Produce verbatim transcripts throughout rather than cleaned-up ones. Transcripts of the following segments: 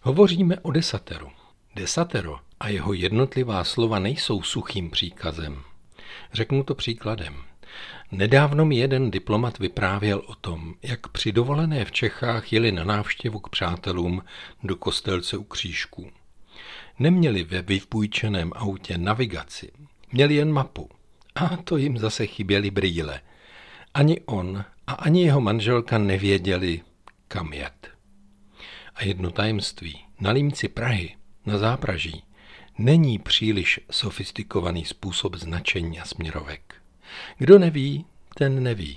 Hovoříme o desateru. Desatero a jeho jednotlivá slova nejsou suchým příkazem. Řeknu to příkladem. Nedávno mi jeden diplomat vyprávěl o tom, jak při dovolené v Čechách jeli na návštěvu k přátelům do Kostelce u Křížků. Neměli ve vypůjčeném autě navigaci, měli jen mapu. A to jim zase chyběly brýle. Ani on a ani jeho manželka nevěděli, kam jet. A jedno tajemství. Na límci Prahy, na Zápraží, není příliš sofistikovaný způsob značení a směrovek. Kdo neví, ten neví.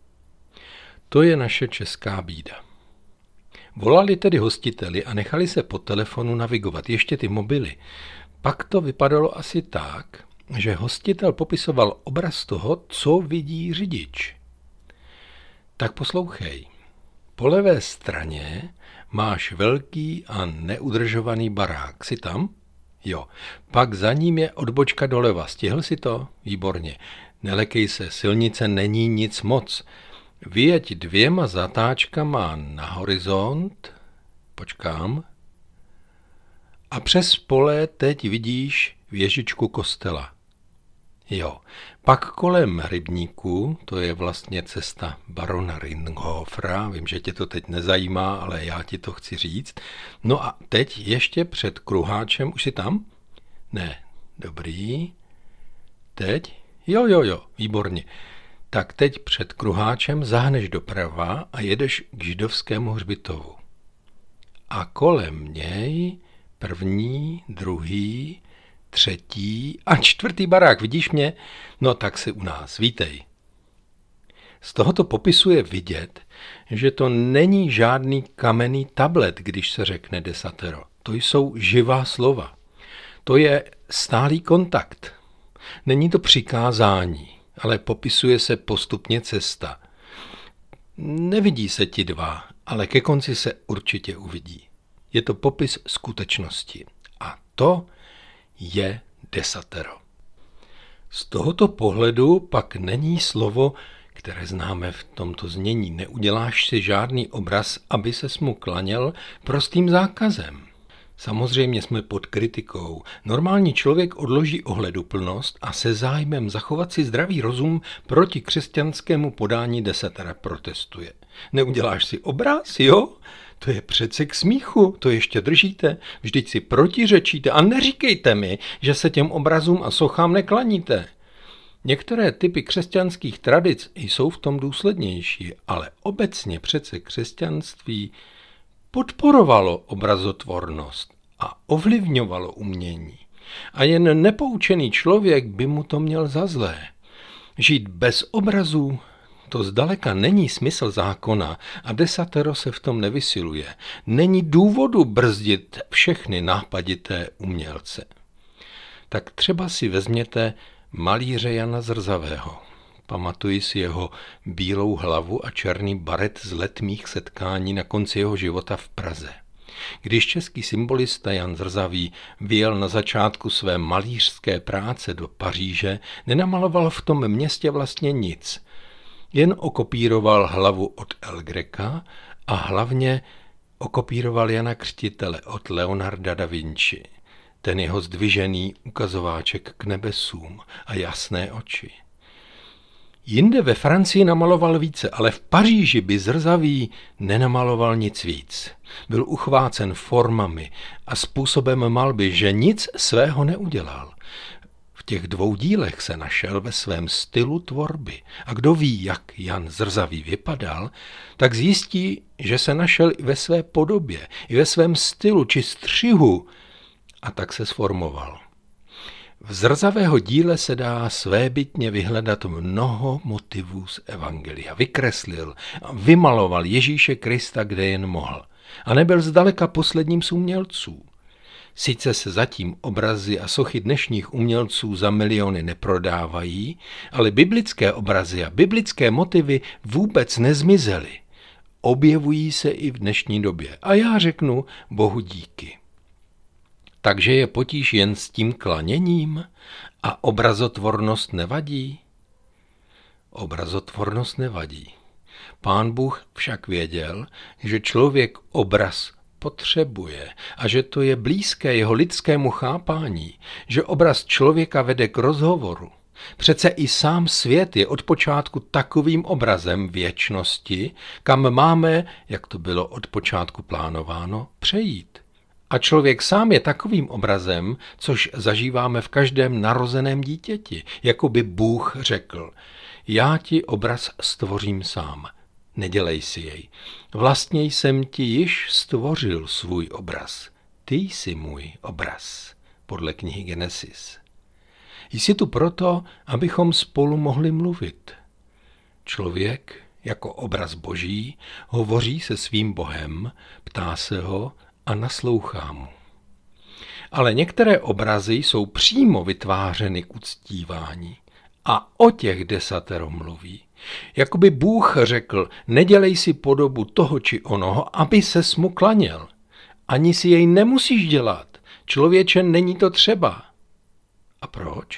To je naše česká bída. Volali tedy hostiteli a nechali se po telefonu navigovat, ještě ty mobily. Pak to vypadalo asi tak, že hostitel popisoval obraz toho, co vidí řidič. Tak poslouchej. Po levé straně máš velký a neudržovaný barák. Jsi tam? Jo. Pak za ním je odbočka doleva. Stihl si to? Výborně. Nelekej se, silnice není nic moc. Vyjeď dvěma zatáčkama na horizont. Počkám. A přes pole teď vidíš věžičku kostela. Jo. Pak kolem rybníku, to je vlastně cesta barona Ringhofera, vím, že tě to teď nezajímá, ale já ti to chci říct. No a teď ještě před kruháčem, už jsi tam? Ne, dobrý. Teď? Jo, jo, jo, výborně. Tak teď před kruháčem zahneš doprava a jedeš k židovskému hřbitovu. A kolem něj první, druhý, třetí a čtvrtý barák, vidíš mě? No tak si u nás, vítej. Z tohoto popisu je vidět, že to není žádný kamenný tablet, když se řekne desatero. To jsou živá slova. To je stálý kontakt. Není to přikázání, ale popisuje se postupně cesta. Nevidí se ti dva, ale ke konci se určitě uvidí. Je to popis skutečnosti. A to je desatero. Z tohoto pohledu pak není slovo, které známe v tomto znění. Neuděláš si žádný obraz, aby ses mu klaněl, prostým zákazem. Samozřejmě jsme pod kritikou. Normální člověk odloží ohleduplnost a se zájmem zachovat si zdravý rozum proti křesťanskému podání desatera protestuje. Neuděláš si obraz, jo? To je přece k smíchu, to ještě držíte, vždyť si protiřečíte a neříkejte mi, že se těm obrazům a sochám neklaníte. Některé typy křesťanských tradic jsou v tom důslednější, ale obecně přece křesťanství podporovalo obrazotvornost a ovlivňovalo umění. A jen nepoučený člověk by mu to měl za zlé. Žít bez obrazů, to zdaleka není smysl zákona a desatero se v tom nevysiluje. Není důvodu brzdit všechny nápadité umělce. Tak třeba si vezměte malíře Jana Zrzavého. Pamatuji si jeho bílou hlavu a černý baret z letmých setkání na konci jeho života v Praze. Když český symbolista Jan Zrzavý vyjel na začátku své malířské práce do Paříže, nenamaloval v tom městě vlastně nic. Jen okopíroval hlavu od El Greca a hlavně okopíroval Jana Křtitele od Leonarda da Vinci. Ten jeho zdvižený ukazováček k nebesům a jasné oči. Jinde ve Francii namaloval více, ale v Paříži by Zrzavý nenamaloval nic víc. Byl uchvácen formami a způsobem malby, že nic svého neudělal. V těch dvou dílech se našel ve svém stylu tvorby. A kdo ví, jak Jan Zrzavý vypadal, tak zjistí, že se našel i ve své podobě, i ve svém stylu či střihu a tak se sformoval. V Zrzavého díle se dá svébytně vyhledat mnoho motivů z evangelia. Vykreslil a vymaloval Ježíše Krista, kde jen mohl. A nebyl zdaleka posledním z umělců. Sice se zatím obrazy a sochy dnešních umělců za miliony neprodávají, ale biblické obrazy a biblické motivy vůbec nezmizely. Objevují se i v dnešní době. A já řeknu Bohu díky. Takže je potíž jen s tím klaněním a obrazotvornost nevadí? Obrazotvornost nevadí. Pán Bůh však věděl, že člověk obraz potřebuje a že to je blízké jeho lidskému chápání, že obraz člověka vede k rozhovoru. Přece i sám svět je od počátku takovým obrazem věčnosti, kam máme, jak to bylo od počátku plánováno, přejít. A člověk sám je takovým obrazem, což zažíváme v každém narozeném dítěti, jako by Bůh řekl: já ti obraz stvořím sám, nedělej si jej. Vlastně jsem ti již stvořil svůj obraz. Ty jsi můj obraz, podle knihy Genesis. Jsi tu proto, abychom spolu mohli mluvit. Člověk, jako obraz Boží, hovoří se svým Bohem, ptá se ho a naslouchá mu. Ale některé obrazy jsou přímo vytvářeny k uctívání. A o těch desatero mluví. Jakoby Bůh řekl: nedělej si podobu toho či onoho, aby ses mu klaněl. Ani si jej nemusíš dělat. Člověče, není to třeba. A proč?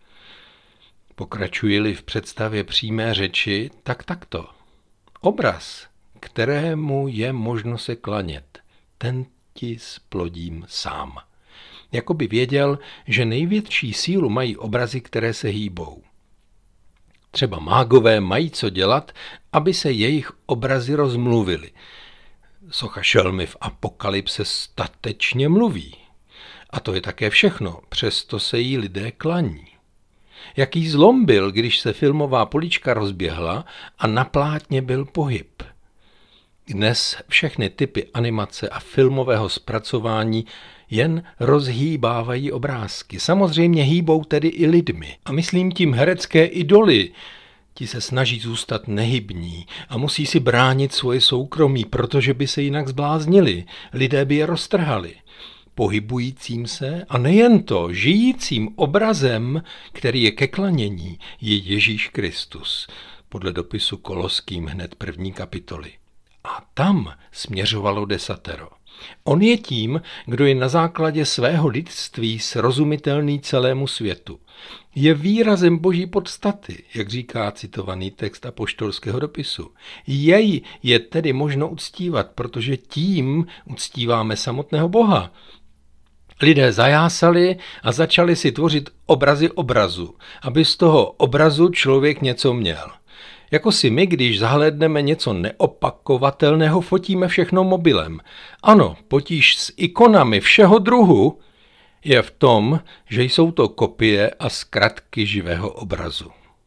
Pokračuji-li v představě přímé řeči, tak takto. Obraz, kterému je možno se klanět, ten ti splodím sám. Jakoby věděl, že největší sílu mají obrazy, které se hýbou. Třeba mágové mají co dělat, aby se jejich obrazy rozmluvily. Socha šelmy v Apokalypse statečně mluví. A to je také všechno, přesto se jí lidé klaní. Jaký zlom byl, když se filmová polička rozběhla a na plátně byl pohyb. Dnes všechny typy animace a filmového zpracování jen rozhýbávají obrázky. Samozřejmě hýbou tedy i lidmi. A myslím tím herecké idoly. Ti se snaží zůstat nehybní a musí si bránit svoje soukromí, protože by se jinak zbláznili. Lidé by je roztrhali. Pohybujícím se a nejen to, žijícím obrazem, který je ke klanění, je Ježíš Kristus, podle dopisu Koloským hned první kapitoly. A tam směřovalo desatero. On je tím, kdo je na základě svého lidství srozumitelný celému světu. Je výrazem Boží podstaty, jak říká citovaný text apoštolského dopisu. Jej je tedy možno uctívat, protože tím uctíváme samotného Boha. Lidé zajásali a začali si tvořit obrazy obrazu, aby z toho obrazu člověk něco měl. Jako si my, když zahlédneme něco neopakovatelného, fotíme všechno mobilem. Ano, potíž s ikonami všeho druhu je v tom, že jsou to kopie a zkratky živého obrazu.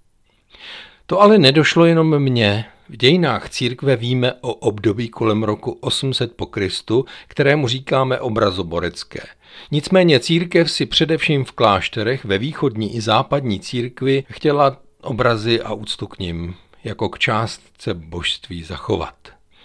To ale nedošlo jenom mně. V dějinách církve víme o období kolem roku osm set po Kristu, kterému říkáme obrazoborecké. Nicméně církev si především v klášterech ve východní i západní církvi chtěla obrazy a úctu k nim jako k částce božství zachovat.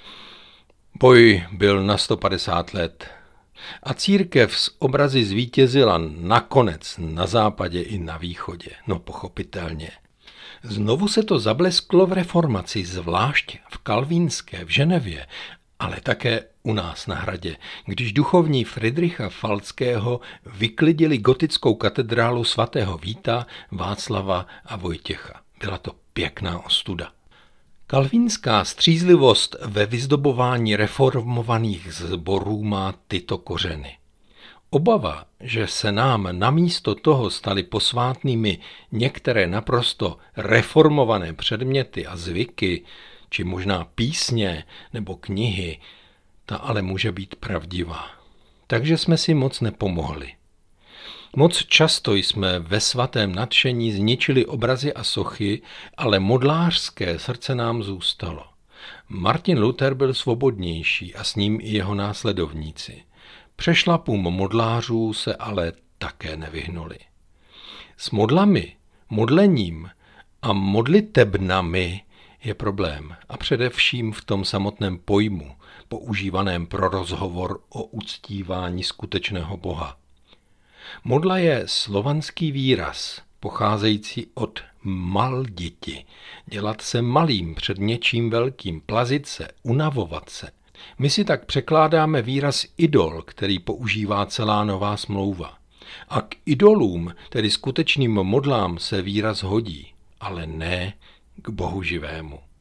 Boj byl na sto padesát let a církev s obrazy zvítězila nakonec na západě i na východě, no pochopitelně. Znovu se to zablesklo v reformaci, zvlášť v Kalvínské v Ženevě, ale také u nás na hradě, když duchovní Fridricha Falckého vyklidili gotickou katedrálu svatého Víta, Václava a Vojtěcha. Byla to pěkná ostuda. Kalvínská střízlivost ve vyzdobování reformovaných sborů má tyto kořeny. Obava, že se nám namísto toho staly posvátnými některé naprosto reformované předměty a zvyky, či možná písně nebo knihy, ta ale může být pravdivá. Takže jsme si moc nepomohli. Moc často jsme ve svatém nadšení zničili obrazy a sochy, ale modlářské srdce nám zůstalo. Martin Luther byl svobodnější a s ním i jeho následovníci. Přešlapům modlářů se ale také nevyhnuli. S modlami, modlením a modlitebnami je problém a především v tom samotném pojmu, používaném pro rozhovor o uctívání skutečného Boha. Modla je slovanský výraz, pocházející od malditi, dělat se malým před něčím velkým, plazit se, unavovat se. My si tak překládáme výraz idol, který používá celá Nová smlouva. A k idolům, tedy skutečným modlám, se výraz hodí, ale ne k Bohu živému.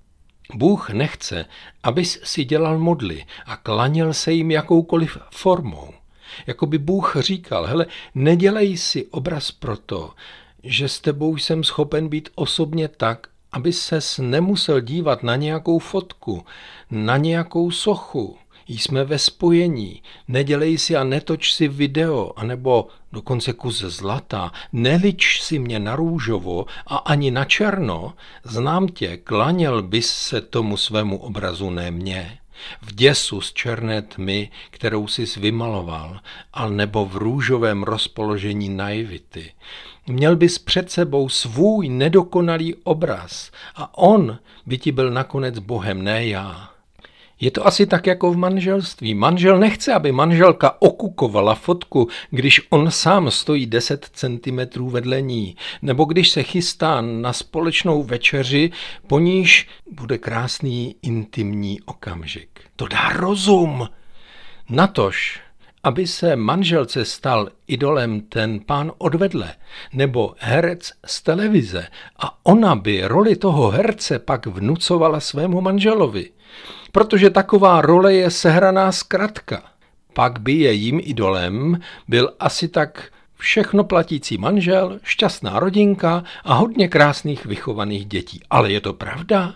Bůh nechce, abys si dělal modly a klaněl se jim jakoukoliv formou. Jakoby Bůh říkal, hele, nedělej si obraz proto, že s tebou jsem schopen být osobně tak, aby ses nemusel dívat na nějakou fotku, na nějakou sochu. Jsme ve spojení, nedělej si a netoč si video, anebo dokonce kus zlata, nelič si mě na růžovo a ani na černo, znám tě, klaněl bys se tomu svému obrazu, ne mně. V děsu z černé tmy, kterou jsi vymaloval, a nebo v růžovém rozpoložení naivity. Měl bys před sebou svůj nedokonalý obraz a on by ti byl nakonec Bohem, ne já. Je to asi tak jako v manželství. Manžel nechce, aby manželka okukovala fotku, když on sám stojí deset centimetrů vedle ní, nebo když se chystá na společnou večeři, po níž bude krásný intimní okamžik. To dá rozum. Natož, aby se manželce stal idolem ten pán odvedle, nebo herec z televize a ona by roli toho herce pak vnucovala svému manželovi. Protože taková role je sehraná zkratka. Pak by jejím idolem byl asi tak všechno platící manžel, šťastná rodinka a hodně krásných vychovaných dětí. Ale je to pravda?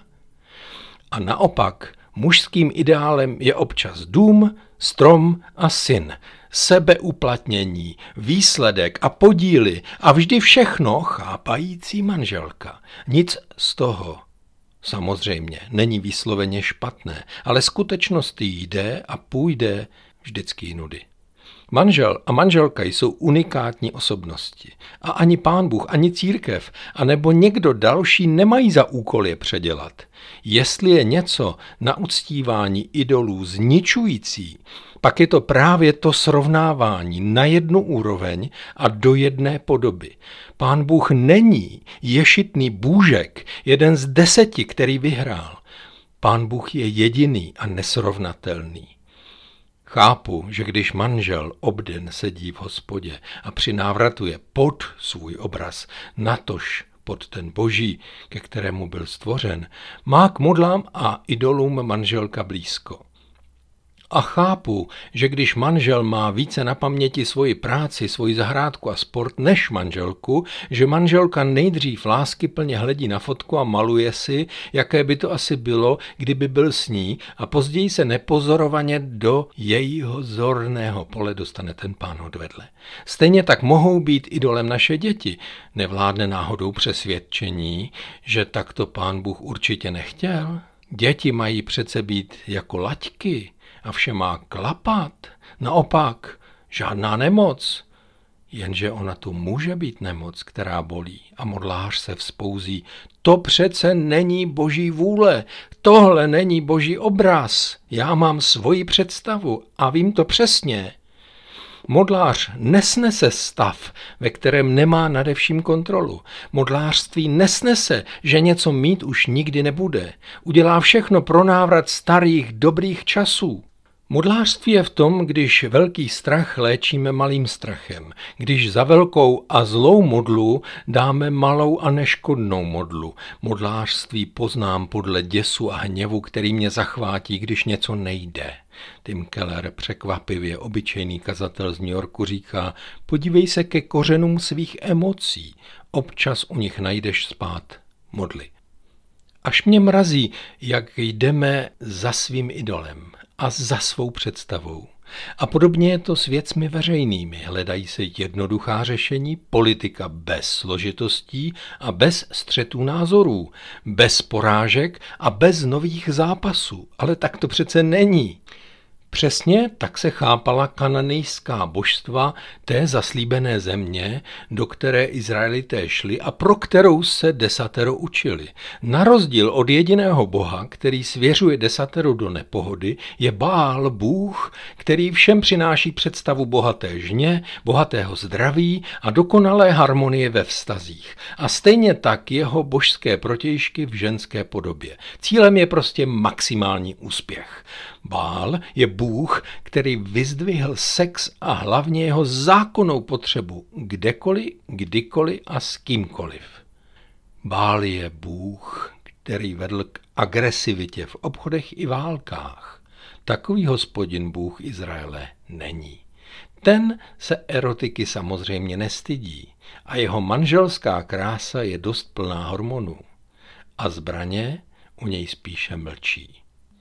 A naopak, mužským ideálem je občas dům, strom a syn, sebeuplatnění, výsledek a podíly a vždy všechno chápající manželka. Nic z toho. Samozřejmě, není výsloveně špatné, ale skutečnost jde a půjde vždycky jinudy. Manžel a manželka jsou unikátní osobnosti a ani Pán Bůh, ani církev, anebo někdo další nemají za úkol je předělat. Jestli je něco na uctívání idolů zničující, pak je to právě to srovnávání na jednu úroveň a do jedné podoby. Pán Bůh není ješitný bůžek, jeden z deseti, který vyhrál. Pán Bůh je jediný a nesrovnatelný. Chápu, že když manžel obden sedí v hospodě a při návratu je pod svůj obraz, natož pod ten boží, ke kterému byl stvořen, má k modlám a idolům manželka blízko. A chápu, že když manžel má více na paměti svoji práci, svoji zahrádku a sport než manželku, že manželka nejdřív láskyplně hledí na fotku a maluje si, jaké by to asi bylo, kdyby byl s ní, a později se nepozorovaně do jejího zorného pole dostane ten pán odvedle. Stejně tak mohou být idolem naše děti. Nevládne náhodou přesvědčení, že takto Pán Bůh určitě nechtěl? Děti mají přece být jako laťky a vše má klapat. Naopak, žádná nemoc. Jenže ona tu může být nemoc, která bolí, a modlář se vzpouzí. To přece není boží vůle, tohle není boží obraz. Já mám svoji představu a vím to přesně. Modlář nesnese stav, ve kterém nemá nadevším kontrolu. Modlářství nesnese, že něco mít už nikdy nebude. Udělá všechno pro návrat starých dobrých časů. Modlářství je v tom, když velký strach léčíme malým strachem, když za velkou a zlou modlu dáme malou a neškodnou modlu. Modlářství poznám podle děsu a hněvu, který mě zachvátí, když něco nejde. Tim Keller, překvapivě obyčejný kazatel z New Yorku, říká, podívej se ke kořenům svých emocí, občas u nich najdeš spát modly. Až mě mrazí, jak jdeme za svým idolem a za svou představou. A podobně je to s věcmi veřejnými. Hledají se jednoduchá řešení, politika bez složitostí a bez střetů názorů, bez porážek a bez nových zápasů. Ale tak to přece není. Přesně tak se chápala kananejská božstva té zaslíbené země, do které Izraelité šli a pro kterou se desatero učili. Na rozdíl od jediného boha, který svěřuje desatero do nepohody, je Bál Bůh, který všem přináší představu bohaté žně, bohatého zdraví a dokonalé harmonie ve vztazích. A stejně tak jeho božské protějšky v ženské podobě. Cílem je prostě maximální úspěch. Bál je Bůh, který vyzdvihl sex a hlavně jeho zákonnou potřebu kdekoliv, kdykoliv a s kýmkoliv. Bál je Bůh, který vedl k agresivitě v obchodech i válkách. Takový Hospodin Bůh Izraele není. Ten se erotiky samozřejmě nestydí a jeho manželská krása je dost plná hormonů. A zbraně u něj spíše mlčí.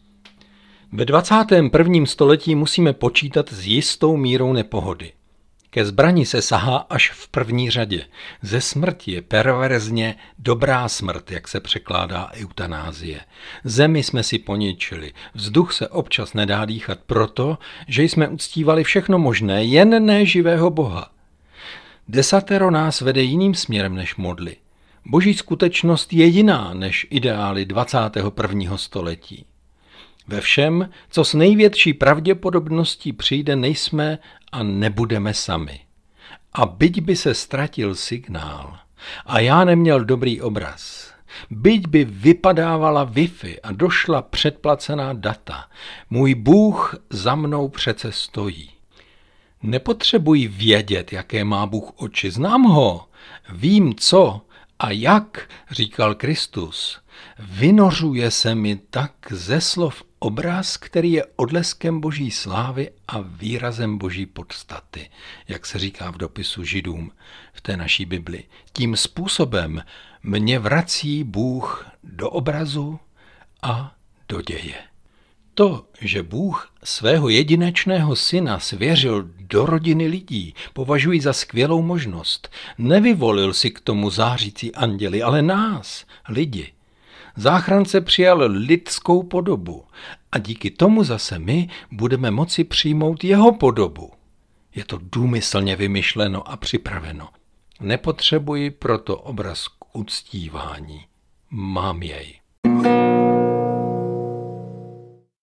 Ve dvacátém prvním století musíme počítat s jistou mírou nepohody. Ke zbrani se sahá až v první řadě. Ze smrti je perverzně dobrá smrt, jak se překládá eutanázie. Zemi jsme si poničili, vzduch se občas nedá dýchat proto, že jsme uctívali všechno možné, jen ne živého Boha. Desatero nás vede jiným směrem než modly. Boží skutečnost je jiná než ideály dvacátého prvního století. Ve všem, co s největší pravděpodobností přijde, nejsme a nebudeme sami. A byť by se ztratil signál a já neměl dobrý obraz, byť by vypadávala Wi-Fi a došla předplacená data, můj Bůh za mnou přece stojí. Nepotřebuji vědět, jaké má Bůh oči, znám ho, vím co a jak, říkal Kristus. Vynořuje se mi tak ze slov obraz, který je odleskem Boží slávy a výrazem Boží podstaty, jak se říká v dopisu Židům v té naší Bibli. Tím způsobem mě vrací Bůh do obrazu a do děje. To, že Bůh svého jedinečného syna svěřil do rodiny lidí, považuji za skvělou možnost. Nevyvolil si k tomu zářící anděli, ale nás, lidi. Záchránce přijal lidskou podobu a díky tomu zase my budeme moci přijmout jeho podobu. Je to důmyslně vymyšleno a připraveno. Nepotřebuji proto obraz k uctívání. Mám jej.